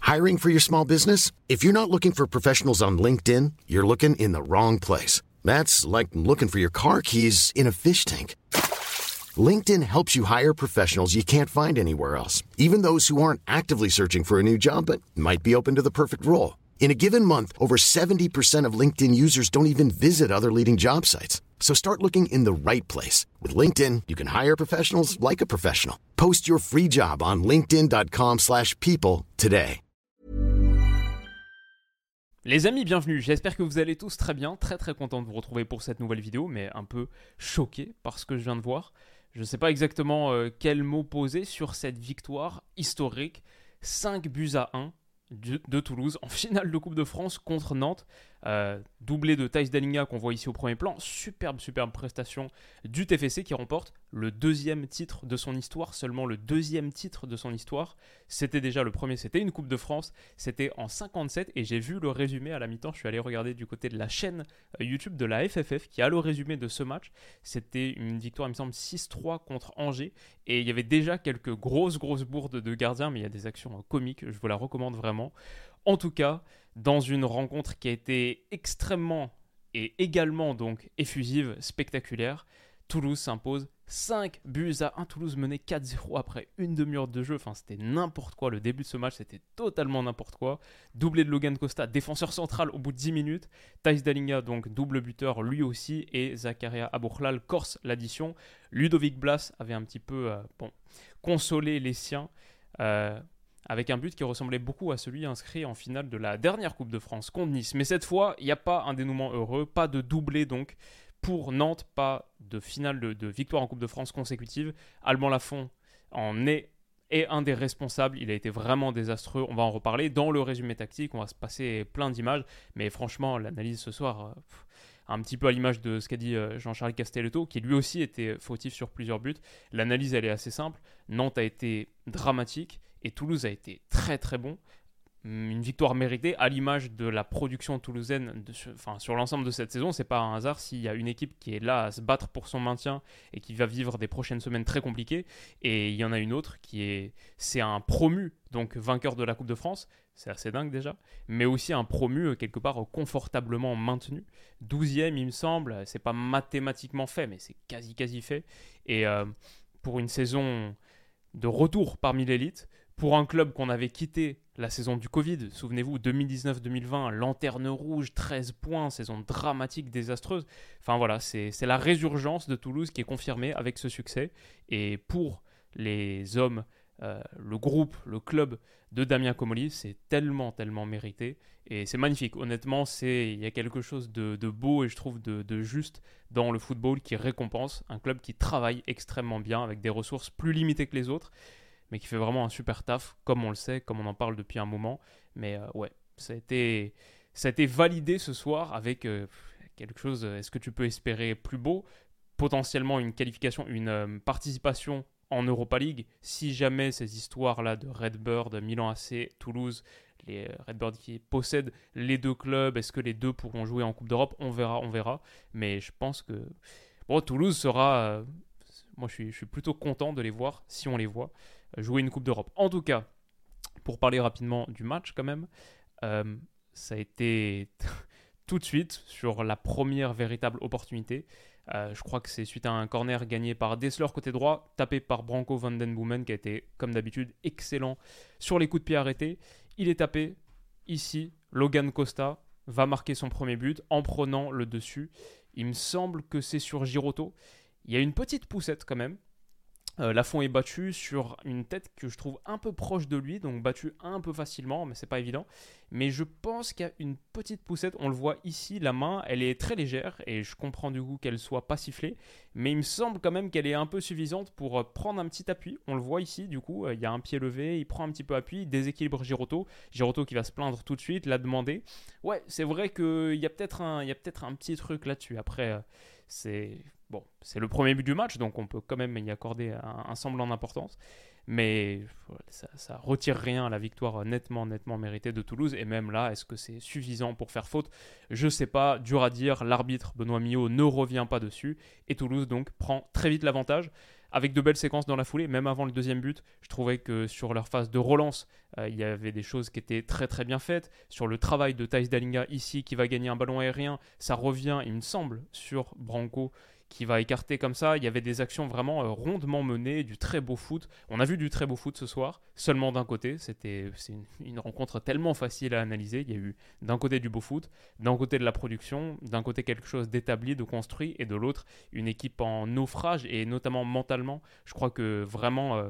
Hiring for your small business? If you're not looking for professionals on LinkedIn, you're looking in the wrong place. That's like looking for your car keys in a fish tank. LinkedIn helps you hire professionals you can't find anywhere else, even those who aren't actively searching for a new job but might be open to the perfect role. In a given month, over 70% of LinkedIn users don't even visit other leading job sites. So start looking in the right place. With LinkedIn, you can hire professionals like a professional. Post your free job on linkedin.com/people today. Les amis, bienvenue, j'espère que vous allez tous très bien, très content de vous retrouver pour cette nouvelle vidéo, mais un peu choqué par ce que je viens de voir. Je ne sais pas exactement quel mot poser sur cette victoire historique, 5-1 de Toulouse en finale de Coupe de France contre Nantes. Doublé de Thaïs Dallinga qu'on voit ici au premier plan. Superbe prestation du TFC qui remporte le deuxième titre de son histoire, seulement le deuxième titre de son histoire. C'était déjà le premier, c'était une Coupe de France, c'était en 57 et j'ai vu le résumé à la mi-temps. Je suis allé regarder du côté de la chaîne YouTube de la FFF qui a le résumé de ce match. C'était une victoire, il me semble, 6-3 contre Angers et il y avait déjà quelques grosses bourdes de gardiens, mais il y a des actions comiques, je vous la recommande vraiment. En tout cas, dans une rencontre qui a été extrêmement et également donc effusive, spectaculaire, Toulouse s'impose 5-1. Toulouse menait 4-0 après une demi-heure de jeu. Enfin, c'était n'importe quoi. Le début de ce match, c'était totalement n'importe quoi. Doublé de Logan Costa, défenseur central au bout de 10 minutes. Thaïs Dallinga, donc double buteur lui aussi. Et Zakaria Aboukhlal corse l'addition. Ludovic Blas avait un petit peu consolé les siens. Avec un but qui ressemblait beaucoup à celui inscrit en finale de la dernière Coupe de France contre Nice. Mais cette fois, il n'y a pas un dénouement heureux, pas de doublé donc pour Nantes, pas de finale de victoire en Coupe de France consécutive. Alban Lafont en est un des responsables, il a été vraiment désastreux, on va en reparler. Dans le résumé tactique, on va se passer plein d'images, mais franchement, l'analyse ce soir... un petit peu à l'image de ce qu'a dit Jean-Charles Castelletto, qui lui aussi était fautif sur plusieurs buts. L'analyse, elle est assez simple. Nantes a été dramatique et Toulouse a été très bon. Une victoire méritée à l'image de la production toulousaine sur l'ensemble de cette saison. C'est pas un hasard s'il y a une équipe qui est là à se battre pour son maintien et qui va vivre des prochaines semaines très compliquées. Et il y en a une autre c'est un promu, donc vainqueur de la Coupe de France. C'est assez dingue déjà. Mais aussi un promu quelque part confortablement maintenu. 12e il me semble. C'est pas mathématiquement fait, mais c'est quasi fait. Et pour une saison de retour parmi l'élite, pour un club qu'on avait quitté la saison du Covid, souvenez-vous, 2019-2020, lanterne rouge, 13 points, saison dramatique, désastreuse. Enfin voilà, c'est la résurgence de Toulouse qui est confirmée avec ce succès. Et pour les hommes, le groupe, le club de Damien Comolli, c'est tellement mérité. Et c'est magnifique. Honnêtement, il y a quelque chose de beau et je trouve de juste dans le football qui récompense un club qui travaille extrêmement bien avec des ressources plus limitées que les autres, mais qui fait vraiment un super taf, comme on le sait, comme on en parle depuis un moment. Mais ouais, ça a été validé ce soir avec quelque chose, est-ce que tu peux espérer plus beau ? Potentiellement une qualification, une participation en Europa League, si jamais ces histoires-là de Redbird, Milan AC, Toulouse, les Redbirds qui possèdent les deux clubs, est-ce que les deux pourront jouer en Coupe d'Europe ? On verra. Mais je pense que Toulouse sera... moi, je suis plutôt content de les voir, si on les voit, jouer une Coupe d'Europe. En tout cas, pour parler rapidement du match quand même, ça a été tout de suite sur la première véritable opportunité. Je crois que c'est suite à un corner gagné par Dessler côté droit, tapé par Branco van den Boomen qui a été, comme d'habitude, excellent sur les coups de pied arrêtés. Il est tapé ici, Logan Costa va marquer son premier but en prenant le dessus. Il me semble que c'est sur Girotto. Il y a une petite poussette quand même. Lafont est battu sur une tête que je trouve un peu proche de lui, donc battu un peu facilement, mais c'est pas évident. Mais je pense qu'il y a une petite poussette, on le voit ici, la main, elle est très légère, et je comprends du coup qu'elle soit pas sifflée, mais il me semble quand même qu'elle est un peu suffisante pour prendre un petit appui. On le voit ici, du coup, il y a un pied levé, il prend un petit peu appui, il déséquilibre Girotto qui va se plaindre tout de suite, l'a demandé. Ouais, c'est vrai qu'il y a peut-être un petit truc là-dessus. Après, c'est le premier but du match, donc on peut quand même y accorder un semblant d'importance. Mais ça retire rien à la victoire nettement méritée de Toulouse. Et même là, est-ce que c'est suffisant pour faire faute ? Je sais pas, dur à dire. L'arbitre Benoît Millot ne revient pas dessus. Et Toulouse donc prend très vite l'avantage. avec de belles séquences dans la foulée, même avant le deuxième but. Je trouvais que sur leur phase de relance, il y avait des choses qui étaient très très bien faites. Sur le travail de Thijs Dallinga ici, qui va gagner un ballon aérien, ça revient, il me semble, sur Branco, qui va écarter comme ça. Il y avait des actions vraiment rondement menées, du très beau foot. On a vu du très beau foot ce soir, seulement d'un côté. C'est une rencontre tellement facile à analyser. Il y a eu d'un côté du beau foot, d'un côté de la production, d'un côté quelque chose d'établi, de construit, et de l'autre une équipe en naufrage, et notamment mentalement. Je crois que vraiment...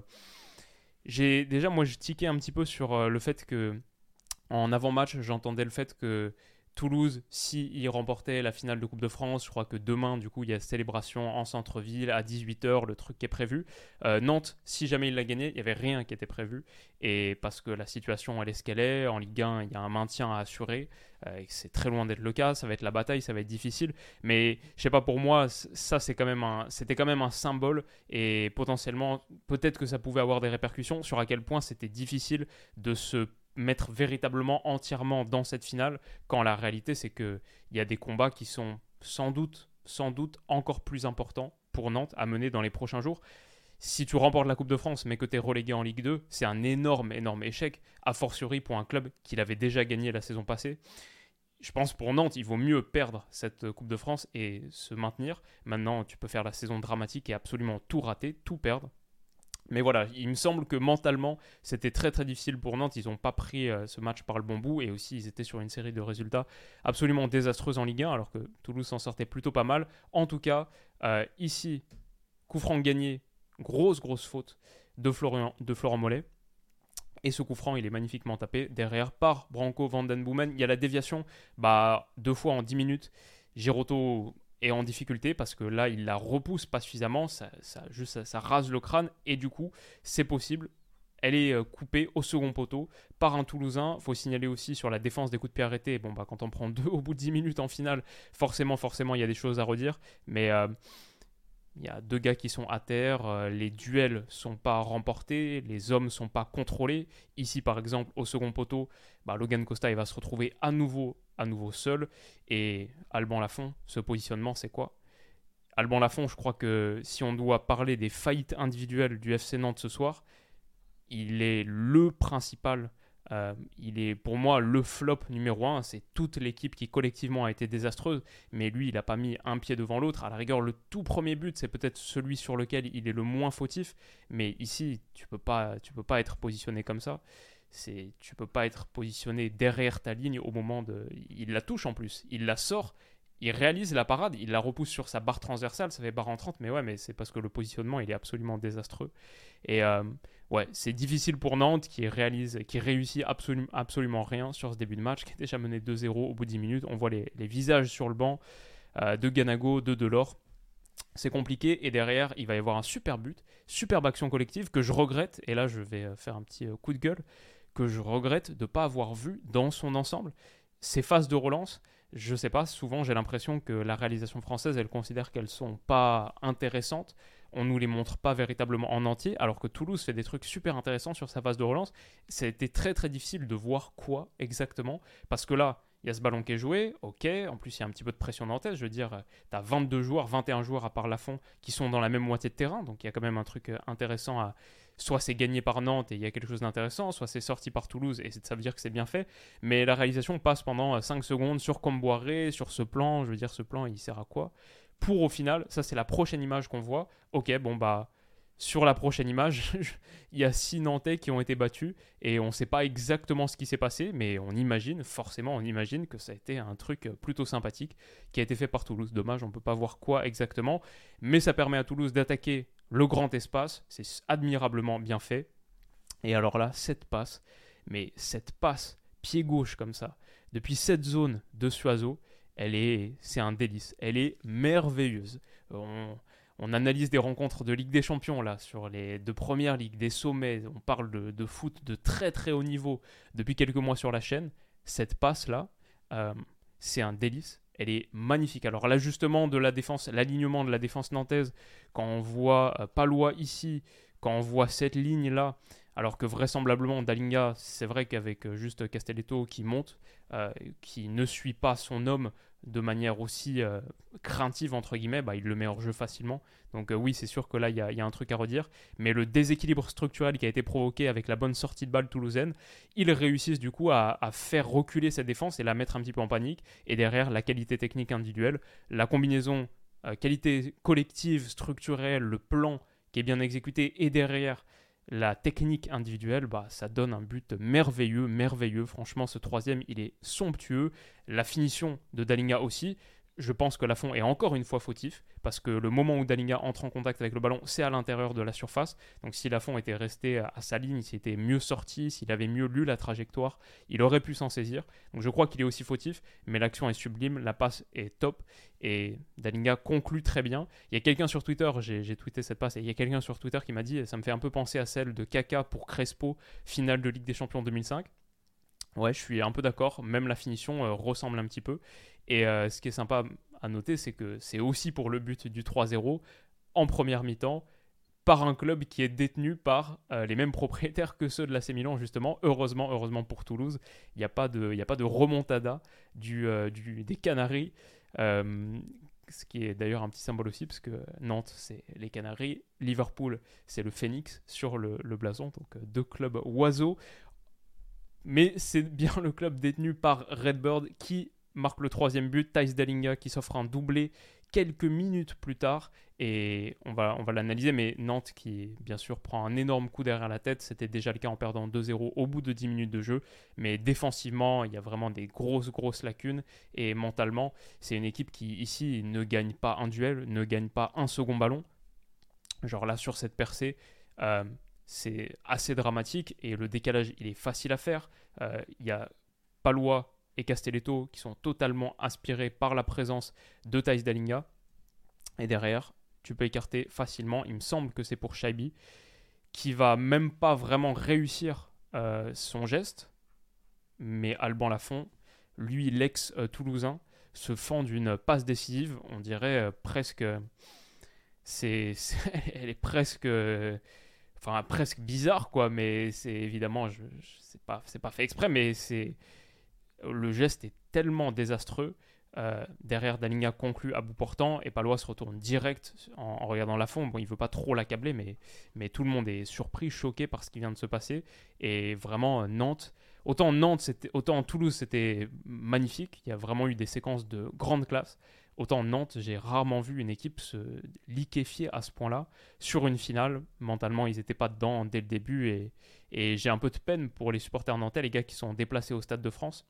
moi, je tiquais un petit peu sur le fait que, en avant-match, j'entendais le fait que Toulouse, s'ils remportaient la finale de Coupe de France, je crois que demain, du coup, il y a célébration en centre-ville à 18h, le truc qui est prévu. Nantes, si jamais il l'a gagné, il n'y avait rien qui était prévu. Et parce que la situation, elle est ce qu'elle est. En Ligue 1, il y a un maintien à assurer. Et c'est très loin d'être le cas. Ça va être la bataille, ça va être difficile. Mais je sais pas, pour moi, ça, c'était quand même un symbole. Et potentiellement, peut-être que ça pouvait avoir des répercussions sur à quel point c'était difficile de se mettre véritablement entièrement dans cette finale, quand la réalité c'est qu'il y a des combats qui sont sans doute encore plus importants pour Nantes à mener dans les prochains jours. Si tu remportes la Coupe de France mais que tu es relégué en Ligue 2, c'est un énorme échec, a fortiori pour un club qui l'avait déjà gagné la saison passée. Je pense pour Nantes, il vaut mieux perdre cette Coupe de France et se maintenir. Maintenant, tu peux faire la saison dramatique et absolument tout rater, tout perdre. Mais voilà, il me semble que mentalement, c'était très très difficile pour Nantes. Ils n'ont pas pris ce match par le bon bout, et aussi ils étaient sur une série de résultats absolument désastreux en Ligue 1, alors que Toulouse s'en sortait plutôt pas mal. En tout cas, ici, coup franc gagné, grosse faute de Florent Mollet. Et ce coup franc, il est magnifiquement tapé derrière par Branco van den Boomen. Il y a la déviation 2 fois en 10 minutes. Girotto est en difficulté parce que là, il la repousse pas suffisamment. Ça rase le crâne. Et du coup, c'est possible. Elle est coupée au second poteau par un Toulousain. Il faut signaler aussi sur la défense des coups de pied arrêtés. Quand on prend 2 au bout de 10 minutes en finale, forcément, il y a des choses à redire. Mais... il y a 2 gars qui sont à terre, les duels sont pas remportés, les hommes sont pas contrôlés. Ici, par exemple, au second poteau, Logan Costa il va se retrouver à nouveau seul. Et Alban Lafont, ce positionnement, c'est quoi ? Alban Lafont, je crois que si on doit parler des faillites individuelles du FC Nantes ce soir, il est le principal. Il est pour moi le flop numéro 1. C'est toute l'équipe qui collectivement a été désastreuse, mais lui il n'a pas mis un pied devant l'autre. À la rigueur, le tout premier but, c'est peut-être celui sur lequel il est le moins fautif, mais ici tu peux pas être positionné comme ça. Tu peux pas être positionné derrière ta ligne au moment de... Il la touche en plus, il la sort, il réalise la parade, il la repousse sur sa barre transversale, ça fait barre entrante, mais c'est parce que le positionnement il est absolument désastreux. Et c'est difficile pour Nantes qui réussit absolument rien sur ce début de match, qui est déjà mené 2-0 au bout de 10 minutes. On voit les visages sur le banc de Ganago, de Delors. C'est compliqué, et derrière il va y avoir un super but, superbe action collective que je regrette, et là je vais faire un petit coup de gueule, que je regrette de ne pas avoir vu dans son ensemble. Ces phases de relance, je sais pas, souvent j'ai l'impression que la réalisation française, elle considère qu'elles sont pas intéressantes. On nous les montre pas véritablement en entier, alors que Toulouse fait des trucs super intéressants sur sa phase de relance. Ça a été très très difficile de voir quoi exactement, parce que là, il y a ce ballon qui est joué, ok, en plus il y a un petit peu de pression nantaise, je veux dire, tu as 21 joueurs à part Lafont qui sont dans la même moitié de terrain, donc il y a quand même un truc intéressant à... Soit c'est gagné par Nantes et il y a quelque chose d'intéressant, soit c'est sorti par Toulouse et ça veut dire que c'est bien fait, mais la réalisation passe pendant 5 secondes sur Comboiré, sur ce plan, je veux dire, ce plan il sert à quoi ? Pour au final, ça c'est la prochaine image qu'on voit, ok, sur la prochaine image, il y a 6 Nantais qui ont été battus et on ne sait pas exactement ce qui s'est passé, mais on imagine que ça a été un truc plutôt sympathique qui a été fait par Toulouse. Dommage, on ne peut pas voir quoi exactement, mais ça permet à Toulouse d'attaquer le grand espace, c'est admirablement bien fait. Et alors là, cette passe, pied gauche comme ça, depuis cette zone de Suazo, c'est un délice, elle est merveilleuse. On analyse des rencontres de Ligue des Champions là, sur les 2 premières ligues, des sommets, on parle de foot de très très haut niveau depuis quelques mois sur la chaîne. Cette passe là, c'est un délice, elle est magnifique. Alors l'ajustement de la défense, l'alignement de la défense nantaise, quand on voit Palois ici, quand on voit cette ligne là, alors que vraisemblablement Dalinga, c'est vrai qu'avec juste Castelletto qui monte, qui ne suit pas son homme de manière aussi craintive entre guillemets, il le met hors jeu facilement. Donc oui, c'est sûr que là il y a un truc à redire, mais le déséquilibre structurel qui a été provoqué avec la bonne sortie de balle toulousaine, ils réussissent du coup à faire reculer cette défense et la mettre un petit peu en panique. Et derrière, la qualité technique individuelle, la combinaison qualité collective, structurelle, le plan qui est bien exécuté, et derrière la technique individuelle, ça donne un but merveilleux. Franchement, ce troisième, il est somptueux. La finition de Dalinga aussi. Je pense que Lafont est encore une fois fautif, parce que le moment où Dalinga entre en contact avec le ballon, c'est à l'intérieur de la surface. Donc si Lafont était resté à sa ligne, s'il était mieux sorti, s'il avait mieux lu la trajectoire, il aurait pu s'en saisir. Donc je crois qu'il est aussi fautif, mais l'action est sublime, la passe est top, et Dalinga conclut très bien. Il y a quelqu'un sur Twitter, j'ai tweeté cette passe, et il y a quelqu'un sur Twitter qui m'a dit, ça me fait un peu penser à celle de Kaka pour Crespo, finale de Ligue des Champions 2005. Ouais, je suis un peu d'accord, même la finition ressemble un petit peu. Et ce qui est sympa à noter, c'est que c'est aussi pour le but du 3-0 en première mi-temps par un club qui est détenu par les mêmes propriétaires que ceux de l'AC Milan, justement. Heureusement pour Toulouse, il n'y a pas de remontada des Canaries. Ce qui est d'ailleurs un petit symbole aussi, parce que Nantes, c'est les Canaries, Liverpool, c'est le Phoenix sur le blason, donc deux clubs oiseaux. Mais c'est bien le club détenu par Redbird qui marque le troisième but, Thijs Dalinga qui s'offre un doublé quelques minutes plus tard, et on va l'analyser, mais Nantes qui bien sûr prend un énorme coup derrière la tête, c'était déjà le cas en perdant 2-0 au bout de 10 minutes de jeu, mais défensivement il y a vraiment des grosses lacunes, et mentalement c'est une équipe qui ici ne gagne pas un duel, ne gagne pas un second ballon, genre là sur cette percée, c'est assez dramatique, et le décalage il est facile à faire. Il y a Palois et Castelletto qui sont totalement inspirés par la présence de Thijs Dalinga, et derrière tu peux écarter facilement, il me semble que c'est pour Shaibi qui va même pas vraiment réussir son geste, mais Alban Lafont, lui l'ex-toulousain, se fend d'une passe décisive, on dirait presque elle est presque presque bizarre quoi, mais c'est évidemment c'est pas fait exprès, mais le geste est tellement désastreux. Derrière, Dalinga conclut à bout portant, et Palois se retourne direct en regardant Lafont. Bon, il veut pas trop l'accabler, mais tout le monde est surpris, choqué par ce qui vient de se passer. Et vraiment, Nantes, autant Toulouse c'était magnifique, il y a vraiment eu des séquences de grande classe. Autant Nantes, j'ai rarement vu une équipe se liquéfier à ce point-là sur une finale. Mentalement, ils n'étaient pas dedans dès le début, et j'ai un peu de peine pour les supporters nantais, les gars qui sont déplacés au Stade de France.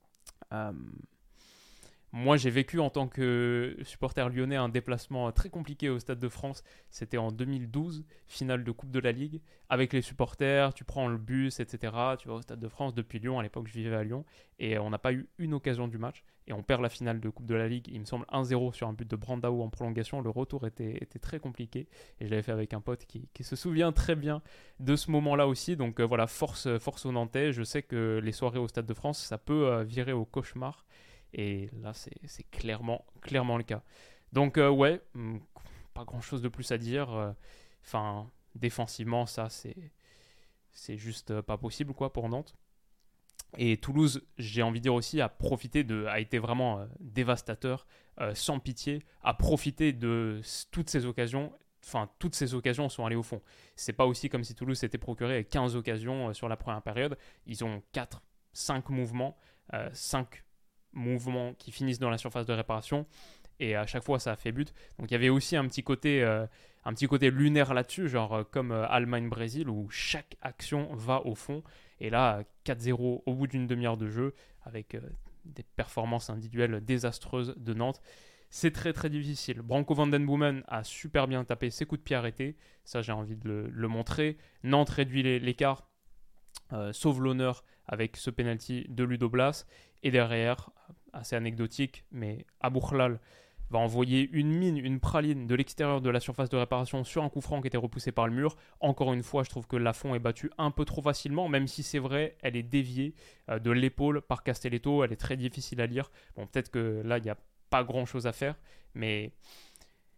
Moi, j'ai vécu en tant que supporter lyonnais un déplacement très compliqué au Stade de France. C'était en 2012, finale de Coupe de la Ligue. Avec les supporters, tu prends le bus, etc. Tu vas au Stade de France depuis Lyon. À l'époque, je vivais à Lyon. Et on n'a pas eu une occasion du match. Et on perd la finale de Coupe de la Ligue, il me semble 1-0 sur un but de Brandao en prolongation. Le retour était très compliqué. Et je l'avais fait avec un pote qui se souvient très bien de ce moment-là aussi. Donc voilà, force aux Nantais. Je sais que les soirées au Stade de France, ça peut virer au cauchemar. Et là, c'est clairement le cas. Donc, pas grand-chose de plus à dire. Défensivement, ça, c'est juste pas possible quoi, pour Nantes. Et Toulouse, j'ai envie de dire aussi, a été vraiment dévastateur, sans pitié, a profité de toutes ces occasions. Enfin, toutes ces occasions sont allées au fond. C'est pas aussi comme si Toulouse s'était procuré 15 occasions sur la première période. Ils ont 5 mouvements, 5 mouvements qui finissent dans la surface de réparation, et à chaque fois ça a fait but. Donc il y avait aussi un petit côté lunaire là-dessus, genre comme Allemagne-Brésil, où chaque action va au fond. Et là, 4-0 au bout d'une demi-heure de jeu, avec des performances individuelles désastreuses de Nantes, c'est très difficile. Branco van den Boomen a super bien tapé ses coups de pied arrêtés, ça j'ai envie de le montrer. Nantes réduit l'écart, sauve l'honneur avec ce penalty de Ludo Blas. Et derrière, assez anecdotique, mais Aboukhlal va envoyer une praline de l'extérieur de la surface de réparation sur un coup franc qui était repoussé par le mur. Encore une fois, je trouve que Lafont est battu un peu trop facilement, même si c'est vrai, elle est déviée de l'épaule par Castelletto, elle est très difficile à lire. Bon, peut-être que là, il n'y a pas grand-chose à faire, mais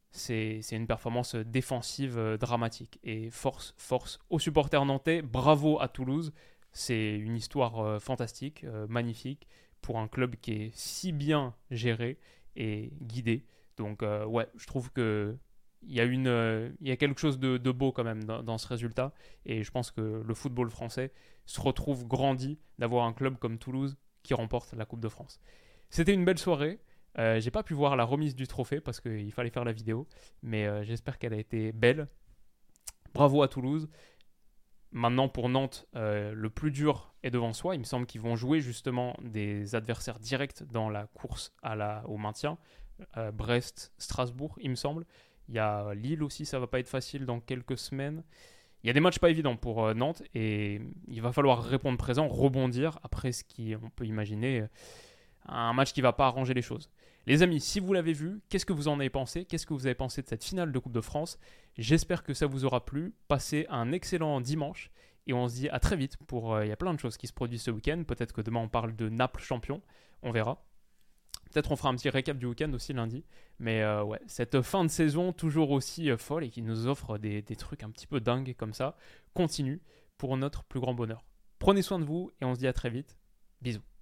c'est une performance défensive dramatique. Et force aux supporters nantais, bravo à Toulouse. C'est une histoire fantastique, magnifique, pour un club qui est si bien géré et guidé. Donc ouais, je trouve que il y a quelque chose de beau quand même dans ce résultat. Et je pense que le football français se retrouve grandi d'avoir un club comme Toulouse qui remporte la Coupe de France. C'était une belle soirée. J'ai pas pu voir la remise du trophée parce qu'il fallait faire la vidéo, mais j'espère qu'elle a été belle. Bravo à Toulouse. Maintenant pour Nantes, le plus dur est devant soi. Il me semble qu'ils vont jouer justement des adversaires directs dans la course au maintien. Brest, Strasbourg, il me semble. Il y a Lille aussi, ça va pas être facile dans quelques semaines. Il y a des matchs pas évidents pour Nantes et il va falloir répondre présent, rebondir après ce qu'on peut imaginer un match qui va pas arranger les choses. Les amis, si vous l'avez vu, qu'est-ce que vous en avez pensé? Qu'est-ce que vous avez pensé de cette finale de Coupe de France? J'espère que ça vous aura plu. Passez un excellent dimanche et on se dit à très vite pour... Il y a plein de choses qui se produisent ce week-end. Peut-être que demain on parle de Naples champion, on verra. Peut-être on fera un petit récap du week-end aussi lundi. Mais ouais, cette fin de saison toujours aussi folle et qui nous offre des trucs un petit peu dingues comme ça, continue pour notre plus grand bonheur. Prenez soin de vous et on se dit à très vite. Bisous.